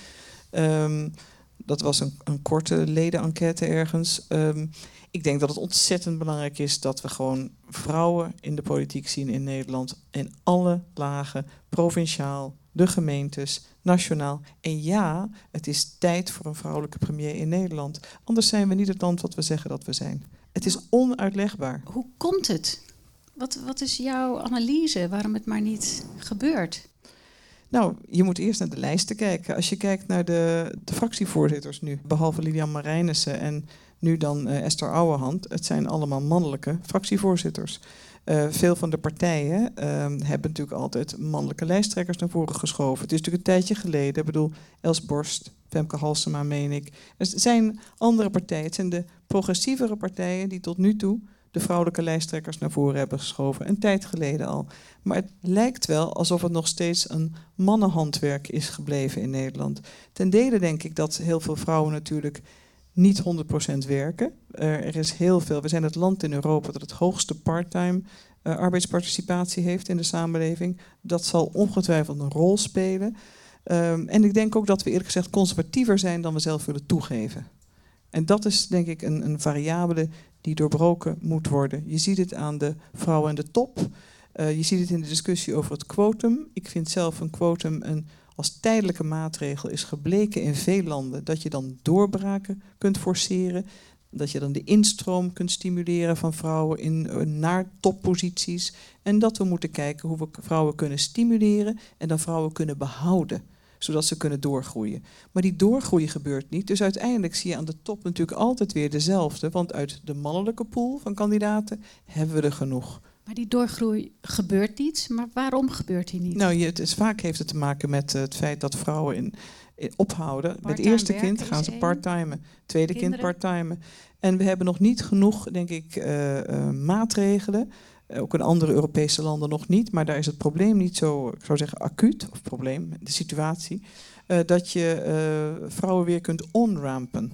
S6: Um, dat was een, een korte leden-enquête ergens. Um, ik denk dat het ontzettend belangrijk is dat we gewoon vrouwen in de politiek zien in Nederland. In alle lagen, provinciaal, de gemeentes, nationaal. En ja, het is tijd voor een vrouwelijke premier in Nederland. Anders zijn we niet het land wat we zeggen dat we zijn. Het is onuitlegbaar.
S2: Hoe komt het? Wat, wat is jouw analyse waarom het maar niet gebeurt?
S6: Nou, je moet eerst naar de lijsten kijken. Als je kijkt naar de, de fractievoorzitters nu, behalve Lilian Marijnissen en nu dan uh, Esther Ouwehand, het zijn allemaal mannelijke fractievoorzitters. Uh, veel van de partijen uh, hebben natuurlijk altijd mannelijke lijsttrekkers naar voren geschoven. Het is natuurlijk een tijdje geleden. Ik bedoel, Els Borst, Femke Halsema, meen ik. Er zijn andere partijen. Het zijn de progressievere partijen die tot nu toe de vrouwelijke lijsttrekkers naar voren hebben geschoven. Een tijd geleden al. Maar het lijkt wel alsof het nog steeds een mannenhandwerk is gebleven in Nederland. Ten dele denk ik dat heel veel vrouwen natuurlijk niet honderd procent werken. Uh, er is heel veel. We zijn het land in Europa dat het hoogste part-time uh, arbeidsparticipatie heeft in de samenleving. Dat zal ongetwijfeld een rol spelen. Um, en ik denk ook dat we eerlijk gezegd conservatiever zijn dan we zelf willen toegeven. En dat is denk ik een, een variabele die doorbroken moet worden. Je ziet het aan de vrouwen aan de top. Uh, je ziet het in de discussie over het quotum. Ik vind zelf een quotum een als tijdelijke maatregel is gebleken in veel landen dat je dan doorbraken kunt forceren. Dat je dan de instroom kunt stimuleren van vrouwen in, naar topposities. En dat we moeten kijken hoe we vrouwen kunnen stimuleren en dan vrouwen kunnen behouden. Zodat ze kunnen doorgroeien. Maar die doorgroei gebeurt niet. Dus uiteindelijk zie je aan de top natuurlijk altijd weer dezelfde. Want uit de mannelijke pool van kandidaten hebben we er genoeg.
S2: Maar die doorgroei gebeurt niet. Maar waarom gebeurt die niet?
S6: Nou, je, het is, vaak heeft het te maken met uh, het feit dat vrouwen in, in ophouden. Met het eerste kind gaan ze part-timen. Tweede kind part-timen. En we hebben nog niet genoeg, denk ik, uh, uh, maatregelen. Ook in andere Europese landen nog niet. Maar daar is het probleem niet zo, ik zou zeggen, acuut. Of probleem, de situatie. Uh, dat je uh, vrouwen weer kunt onrampen.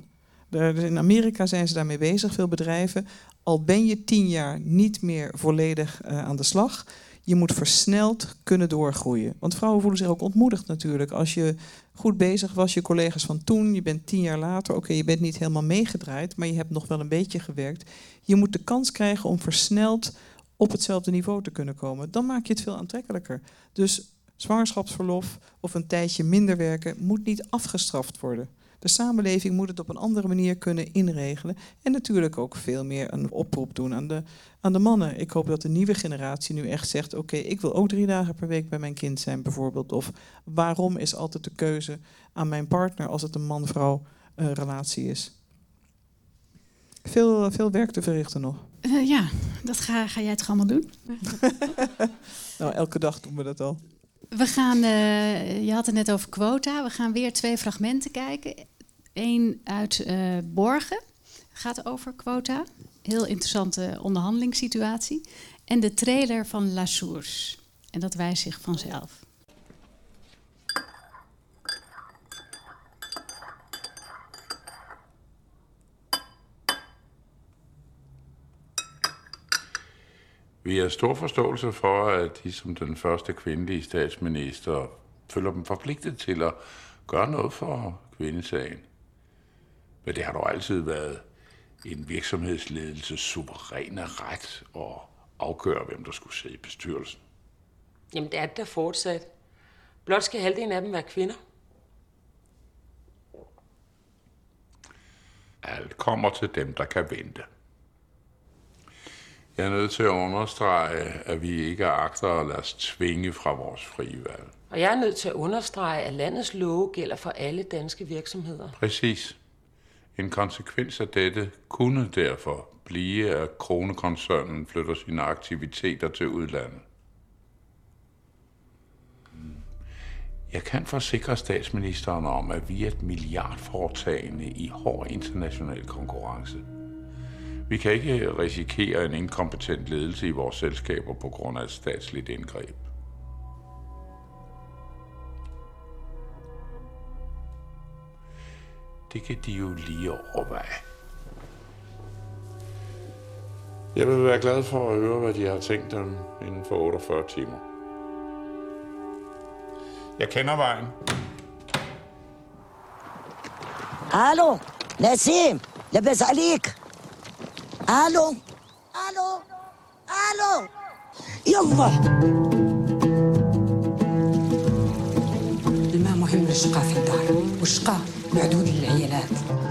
S6: In Amerika zijn ze daarmee bezig, veel bedrijven. Al ben je tien jaar niet meer volledig uh, aan de slag. Je moet versneld kunnen doorgroeien. Want vrouwen voelen zich ook ontmoedigd natuurlijk. Als je goed bezig was, je collega's van toen, je bent tien jaar later, oké, okay, je bent niet helemaal meegedraaid, maar je hebt nog wel een beetje gewerkt. Je moet de kans krijgen om versneld op hetzelfde niveau te kunnen komen. Dan maak je het veel aantrekkelijker. Dus zwangerschapsverlof of een tijdje minder werken moet niet afgestraft worden. De samenleving moet het op een andere manier kunnen inregelen. En natuurlijk ook veel meer een oproep doen aan de, aan de mannen. Ik hoop dat de nieuwe generatie nu echt zegt... oké, okay, ik wil ook drie dagen per week bij mijn kind zijn bijvoorbeeld. Of waarom is altijd de keuze aan mijn partner als het een man-vrouw uh, relatie is? Veel, veel werk te verrichten nog.
S2: Uh, ja, dat ga, ga jij het allemaal doen?
S6: Nou, elke dag doen we dat al.
S2: We gaan, uh, je had het net over quota. We gaan weer twee fragmenten kijken. Eén uit uh, Borgen. Gaat over quota. Heel interessante onderhandelingssituatie. En de trailer van La Source. En dat wijst zich vanzelf.
S12: Vi har stor forståelse for, at de som den første kvindelige statsminister føler dem forpligtet til at gøre noget for kvindesagen. Men det har dog altid været en virksomhedsledelses suveræne ret at afgøre, hvem der skulle sidde i bestyrelsen.
S10: Jamen, det er det der fortsat. Blot skal halvdelen af dem være kvinder.
S12: Alt kommer til dem, der kan vente. Jeg er nødt til at understrege, at vi ikke agter at lade os tvinge fra vores frie valg.
S10: Og jeg er nødt til at understrege, at landets love gælder for alle danske virksomheder.
S12: Præcis. En konsekvens af dette kunne derfor blive, at Kronekoncernen flytter sine aktiviteter til udlandet. Jeg kan forsikre statsministeren om, at vi er et milliardforetagende i hård international konkurrence. Vi kan ikke risikere en inkompetent ledelse i vores selskaber på grund af et statsligt indgreb. Det kan de jo lige overveje. Jeg vil være glad for at høre, hvad de har tænkt dem inden for otteogfyrre timer. Jeg kender vejen.
S13: Hallo, Nassim, labas alik. Hallo, hallo, hallo. يلا.
S14: الماء مهم للشقاء في الدار والشقاء معدود للعيالات.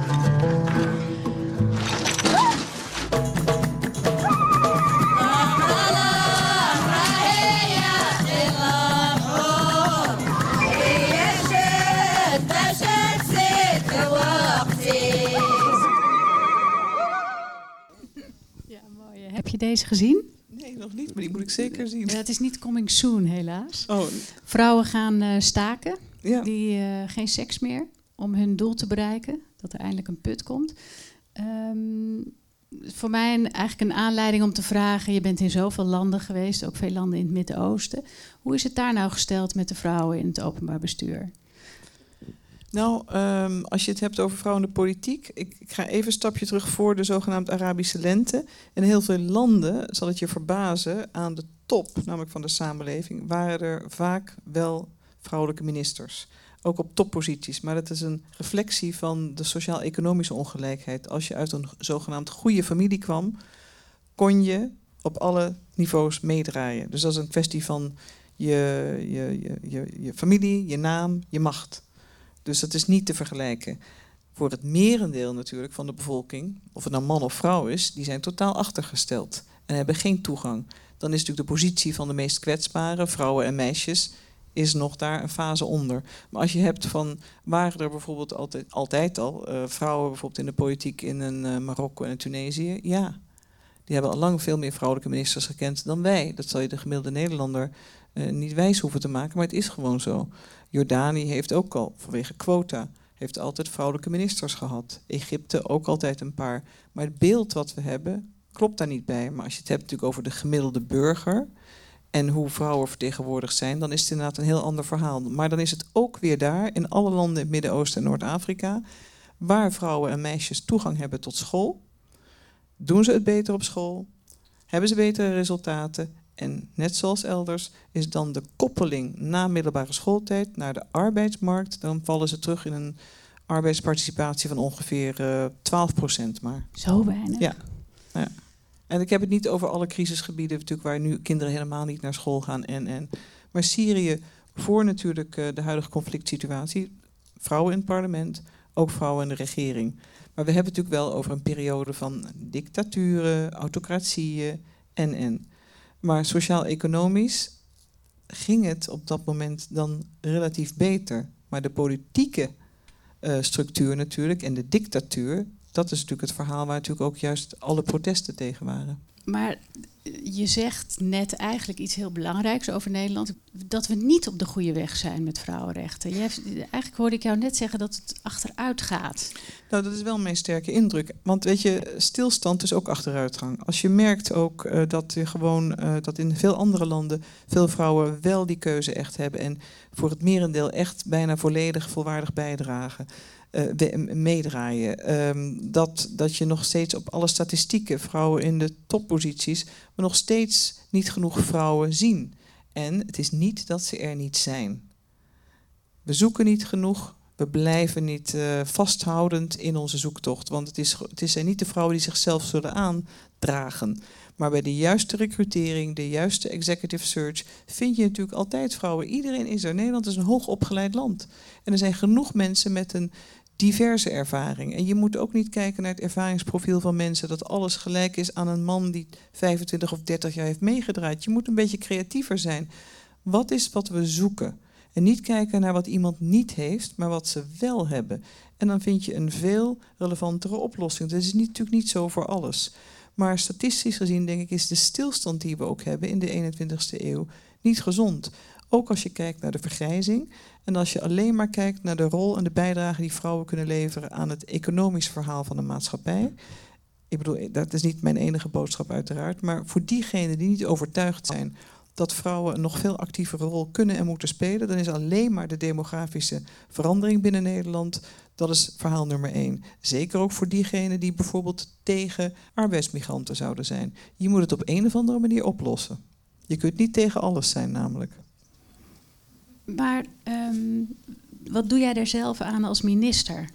S2: Heb je deze gezien?
S6: Nee, nog niet, maar die moet ik zeker zien.
S2: Ja, het is niet coming soon, helaas.
S6: Oh.
S2: Vrouwen gaan uh, staken,
S6: ja.
S2: die uh, geen seks meer, om hun doel te bereiken, dat er eindelijk een put komt. Um, voor mij een, eigenlijk een aanleiding om te vragen, je bent in zoveel landen geweest, ook veel landen in het Midden-Oosten. Hoe is het daar nou gesteld met de vrouwen in het openbaar bestuur?
S6: Nou, um, als je het hebt over vrouwen in de politiek... Ik, ik ga even een stapje terug voor de zogenaamde Arabische lente. In heel veel landen, zal het je verbazen, aan de top, namelijk van de samenleving, waren er vaak wel vrouwelijke ministers. Ook op topposities. Maar dat is een reflectie van de sociaal-economische ongelijkheid. Als je uit een zogenaamd goede familie kwam, kon je op alle niveaus meedraaien. Dus dat is een kwestie van je, je, je, je, je familie, je naam, je macht. Dus dat is niet te vergelijken. Voor het merendeel natuurlijk van de bevolking, of het nou man of vrouw is, die zijn totaal achtergesteld en hebben geen toegang. Dan is natuurlijk de positie van de meest kwetsbare, vrouwen en meisjes, is nog daar een fase onder. Maar als je hebt van, waren er bijvoorbeeld altijd, altijd al uh, vrouwen bijvoorbeeld in de politiek in een uh, Marokko en in Tunesië? Ja, die hebben al lang veel meer vrouwelijke ministers gekend dan wij. Dat zal je de gemiddelde Nederlander uh, niet wijs hoeven te maken, maar het is gewoon zo. Jordanië heeft ook al, vanwege quota, heeft altijd vrouwelijke ministers gehad. Egypte ook altijd een paar. Maar het beeld wat we hebben, klopt daar niet bij. Maar als je het hebt natuurlijk over de gemiddelde burger en hoe vrouwen vertegenwoordigd zijn, dan is het inderdaad een heel ander verhaal. Maar dan is het ook weer daar, in alle landen in het Midden-Oosten en Noord-Afrika, waar vrouwen en meisjes toegang hebben tot school. Doen ze het beter op school? Hebben ze betere resultaten? En net zoals elders is dan de koppeling na middelbare schooltijd naar de arbeidsmarkt. Dan vallen ze terug in een arbeidsparticipatie van ongeveer uh, twaalf procent maar.
S2: Zo weinig?
S6: Ja. ja. En ik heb het niet over alle crisisgebieden natuurlijk waar nu kinderen helemaal niet naar school gaan. En, en. Maar Syrië, voor natuurlijk uh, de huidige conflict situatie, vrouwen in het parlement, ook vrouwen in de regering. Maar we hebben het natuurlijk wel over een periode van dictaturen, autocratieën en en. Maar sociaal-economisch ging het op dat moment dan relatief beter. Maar de politieke uh, structuur natuurlijk en de dictatuur, dat is natuurlijk het verhaal waar natuurlijk ook juist alle protesten tegen waren.
S2: Maar je zegt net eigenlijk iets heel belangrijks over Nederland. Dat we niet op de goede weg zijn met vrouwenrechten. Je hebt, eigenlijk hoorde ik jou net zeggen dat het achteruit gaat.
S6: Nou, dat is wel mijn sterke indruk. Want weet je, stilstand is ook achteruitgang. Als je merkt ook uh, dat, je gewoon, uh, dat in veel andere landen veel vrouwen wel die keuze echt hebben. En voor het merendeel echt bijna volledig volwaardig bijdragen. Uh, meedraaien. Um, dat, dat je nog steeds op alle statistieken vrouwen in de topposities, maar nog steeds niet genoeg vrouwen zien. En het is niet dat ze er niet zijn. We zoeken niet genoeg, we blijven niet uh, vasthoudend in onze zoektocht. Want het, is, het zijn niet de vrouwen die zichzelf zullen aandragen. Maar bij de juiste recrutering, de juiste executive search, vind je natuurlijk altijd vrouwen. Iedereen is er. Nederland is een hoogopgeleid land. En er zijn genoeg mensen met een diverse ervaring. En je moet ook niet kijken naar het ervaringsprofiel van mensen, dat alles gelijk is aan een man die vijfentwintig of dertig jaar heeft meegedraaid. Je moet een beetje creatiever zijn. Wat is wat we zoeken? En niet kijken naar wat iemand niet heeft, maar wat ze wel hebben. En dan vind je een veel relevantere oplossing. Dat is niet, natuurlijk niet zo voor alles. Maar statistisch gezien, denk ik, is de stilstand die we ook hebben in de eenentwintigste eeuw niet gezond. Ook als je kijkt naar de vergrijzing en als je alleen maar kijkt naar de rol en de bijdrage die vrouwen kunnen leveren aan het economisch verhaal van de maatschappij. Ik bedoel, dat is niet mijn enige boodschap uiteraard, maar voor diegenen die niet overtuigd zijn dat vrouwen een nog veel actievere rol kunnen en moeten spelen, dan is alleen maar de demografische verandering binnen Nederland, dat is verhaal nummer één. Zeker ook voor diegenen die bijvoorbeeld tegen arbeidsmigranten zouden zijn. Je moet het op een of andere manier oplossen. Je kunt niet tegen alles zijn namelijk.
S2: Maar um, wat doe jij daar zelf aan als minister?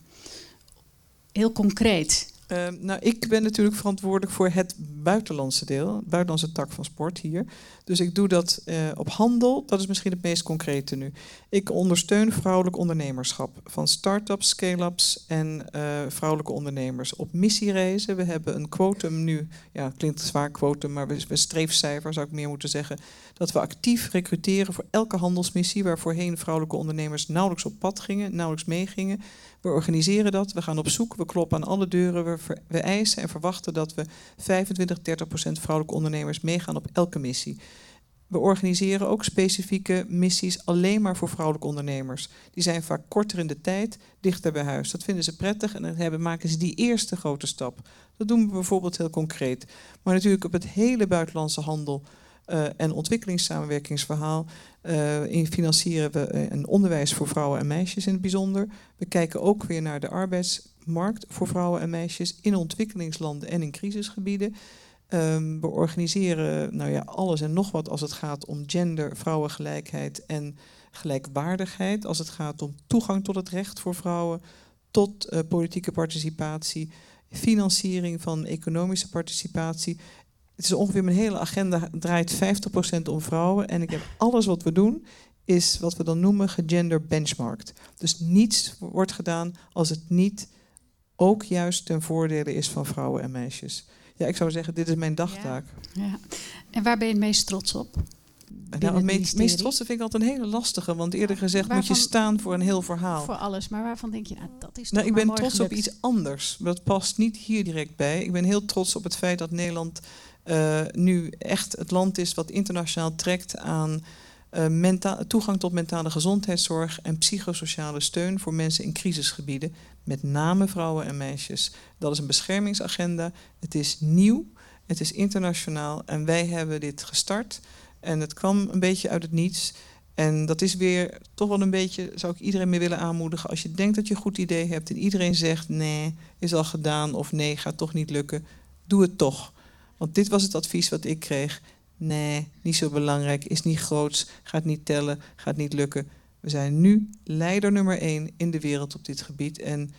S2: Heel concreet.
S6: Uh, nou, ik ben natuurlijk verantwoordelijk voor het buitenlandse deel, het buitenlandse tak van sport hier. Dus ik doe dat uh, op handel, dat is misschien het meest concrete nu. Ik ondersteun vrouwelijk ondernemerschap van start-ups, scale-ups en uh, vrouwelijke ondernemers op missiereizen. We hebben een quotum nu, ja, klinkt zwaar quotum, maar we, we streefcijfer zou ik meer moeten zeggen, dat we actief recruteren voor elke handelsmissie waar voorheen vrouwelijke ondernemers nauwelijks op pad gingen, nauwelijks meegingen. We organiseren dat, we gaan op zoek, we kloppen aan alle deuren, we, ver, we eisen en verwachten dat we vijfentwintig, dertig procent vrouwelijke ondernemers meegaan op elke missie. We organiseren ook specifieke missies alleen maar voor vrouwelijke ondernemers. Die zijn vaak korter in de tijd, dichter bij huis. Dat vinden ze prettig en dan hebben, maken ze die eerste grote stap. Dat doen we bijvoorbeeld heel concreet. Maar natuurlijk op het hele buitenlandse handel Uh, en ontwikkelingssamenwerkingsverhaal uh, financieren we een onderwijs voor vrouwen en meisjes in het bijzonder. We kijken ook weer naar de arbeidsmarkt voor vrouwen en meisjes in ontwikkelingslanden en in crisisgebieden. Um, we organiseren nou ja, alles en nog wat als het gaat om gender, vrouwengelijkheid en gelijkwaardigheid. Als het gaat om toegang tot het recht voor vrouwen, tot uh, politieke participatie, financiering van economische participatie. Het is ongeveer mijn hele agenda draait vijftig procent om vrouwen. En ik heb alles wat we doen, is wat we dan noemen gegender benchmarked. Dus niets wordt gedaan als het niet ook juist ten voordele is van vrouwen en meisjes. Ja, ik zou zeggen, dit is mijn dagtaak.
S2: Ja, ja. En waar ben je het meest trots op?
S6: Nou, het meest, meest trotse vind ik altijd een hele lastige. Want eerlijk gezegd waarvan, moet je staan voor een heel verhaal.
S2: Voor alles, maar waarvan denk je, nou, dat is
S6: nou,
S2: toch
S6: ik ben
S2: maar
S6: trots
S2: gelukt.
S6: op iets anders. Dat past niet hier direct bij. Ik ben heel trots op het feit dat Nederland uh, nu echt het land is wat internationaal trekt aan uh, menta- toegang tot mentale gezondheidszorg en psychosociale steun voor mensen in crisisgebieden. Met name vrouwen en meisjes. Dat is een beschermingsagenda. Het is nieuw, het is internationaal en wij hebben dit gestart. En het kwam een beetje uit het niets. En dat is weer toch wel een beetje, zou ik iedereen mee willen aanmoedigen. Als je denkt dat je een goed idee hebt en iedereen zegt nee, is al gedaan of nee, gaat toch niet lukken. Doe het toch. Want dit was het advies wat ik kreeg. Nee, niet zo belangrijk, is niet groots, gaat niet tellen, gaat niet lukken. We zijn nu leider nummer één in de wereld op dit gebied. En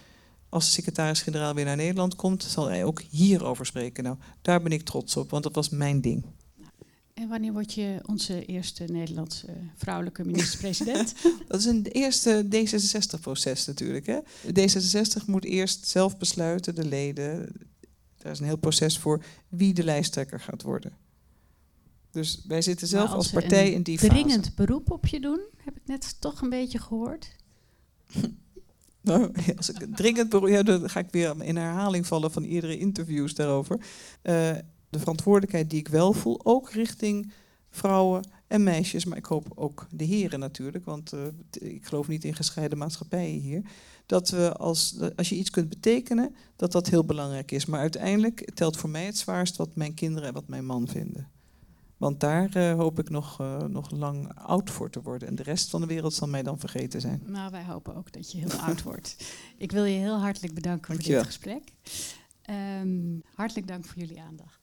S6: als de secretaris-generaal weer naar Nederland komt, zal hij ook hierover spreken. Nou, daar ben ik trots op, want dat was mijn ding.
S2: En wanneer word je onze eerste Nederlandse vrouwelijke minister-president?
S6: Dat is een eerste D zesenzestig-proces natuurlijk. Hè? D zesenzestig moet eerst zelf besluiten, de leden. Daar is een heel proces voor wie de lijsttrekker gaat worden. Dus wij zitten zelf
S2: als
S6: als partij in die fase.
S2: Dringend beroep op je doen, heb ik net toch een beetje gehoord.
S6: Nou, als ik een dringend beroep, ja, dan ga ik weer in herhaling vallen van eerdere interviews daarover. Uh, de verantwoordelijkheid die ik wel voel, ook richting vrouwen en meisjes, maar ik hoop ook de heren natuurlijk, want uh, ik geloof niet in gescheiden maatschappijen hier, dat we als, als je iets kunt betekenen, dat dat heel belangrijk is. Maar uiteindelijk telt voor mij het zwaarst wat mijn kinderen en wat mijn man vinden. Want daar uh, hoop ik nog, uh, nog lang oud voor te worden. En de rest van de wereld zal mij dan vergeten zijn.
S2: Nou, wij hopen ook dat je heel oud wordt. Ik wil je heel hartelijk bedanken voor
S6: Dankjewel.
S2: dit gesprek. Um, hartelijk dank voor jullie aandacht.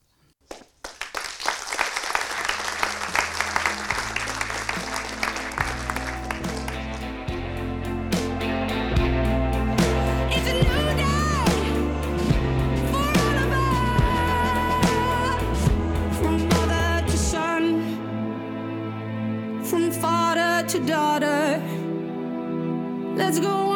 S1: To daughter, let's go